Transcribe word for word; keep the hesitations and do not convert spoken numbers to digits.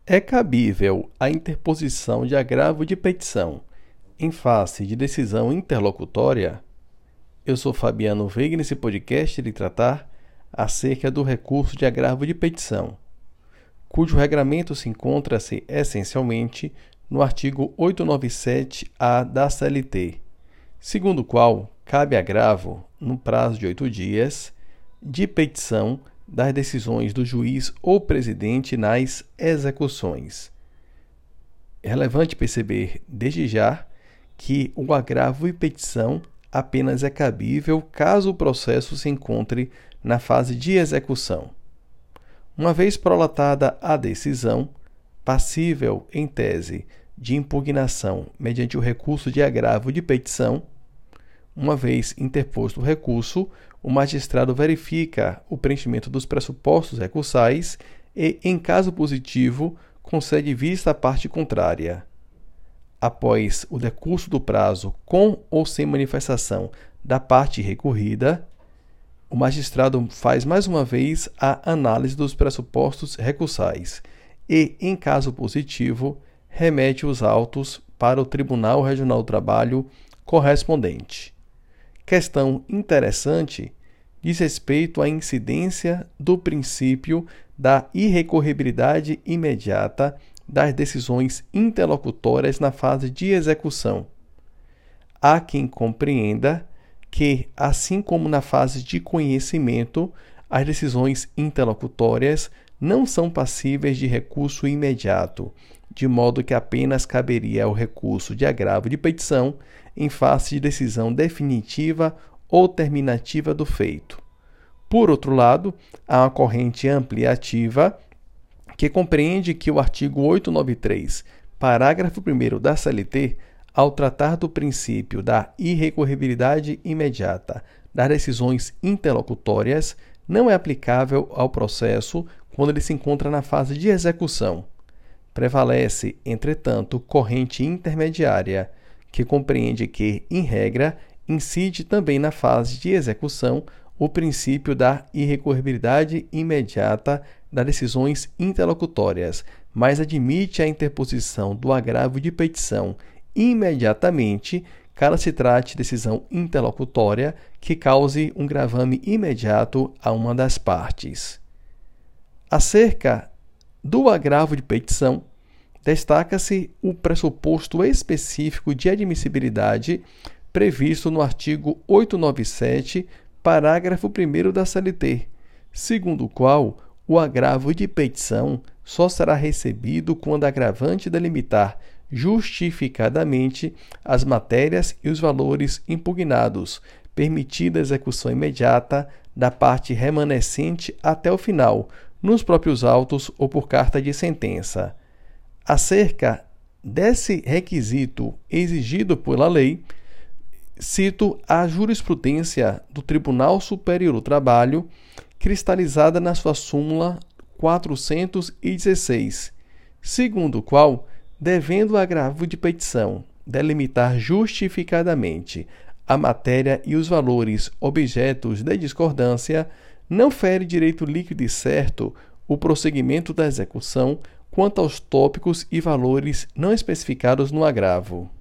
É cabível a interposição de agravo de petição em face de decisão interlocutória? Eu sou Fabiano Veiga e nesse podcast irei tratar acerca do recurso de agravo de petição, cujo regramento se encontra-se essencialmente no artigo oitocentos e noventa e sete A da C L T, segundo o qual cabe agravo, no prazo de oito dias, de petição das decisões do juiz ou presidente nas execuções. É relevante perceber, desde já, que o agravo de petição apenas é cabível caso o processo se encontre na fase de execução. Uma vez prolatada a decisão, passível, em tese, de impugnação mediante o recurso de agravo de petição, uma vez interposto o recurso, o magistrado verifica o preenchimento dos pressupostos recursais e, em caso positivo, concede vista à parte contrária. Após o decurso do prazo com ou sem manifestação da parte recorrida, o magistrado faz mais uma vez a análise dos pressupostos recursais e, em caso positivo, remete os autos para o Tribunal Regional do Trabalho correspondente. Questão interessante diz respeito à incidência do princípio da irrecorribilidade imediata das decisões interlocutórias na fase de execução. Há quem compreenda que, assim como na fase de conhecimento, as decisões interlocutórias não são passíveis de recurso imediato, de modo que apenas caberia o recurso de agravo de petição em face de decisão definitiva ou terminativa do feito. Por outro lado, há uma corrente ampliativa que compreende que o artigo oitocentos e noventa e três, parágrafo primeiro da C L T, ao tratar do princípio da irrecorribilidade imediata das decisões interlocutórias, não é aplicável ao processo quando ele se encontra na fase de execução. Prevalece, entretanto, corrente intermediária, que compreende que, em regra, incide também na fase de execução o princípio da irrecorribilidade imediata das decisões interlocutórias, mas admite a interposição do agravo de petição imediatamente, caso se trate de decisão interlocutória que cause um gravame imediato a uma das partes. Acerca do agravo de petição, destaca-se o pressuposto específico de admissibilidade previsto no artigo oitocentos e noventa e sete, parágrafo primeiro da C L T, segundo o qual o agravo de petição só será recebido quando a agravante delimitar justificadamente as matérias e os valores impugnados, permitida a execução imediata da parte remanescente até o final, nos próprios autos ou por carta de sentença. Acerca desse requisito exigido pela lei, cito a jurisprudência do Tribunal Superior do Trabalho, cristalizada na sua súmula quatrocentos e dezesseis, segundo o qual, devendo o agravo de petição delimitar justificadamente a matéria e os valores objetos de discordância, não fere direito líquido e certo o prosseguimento da execução quanto aos tópicos e valores não especificados no agravo.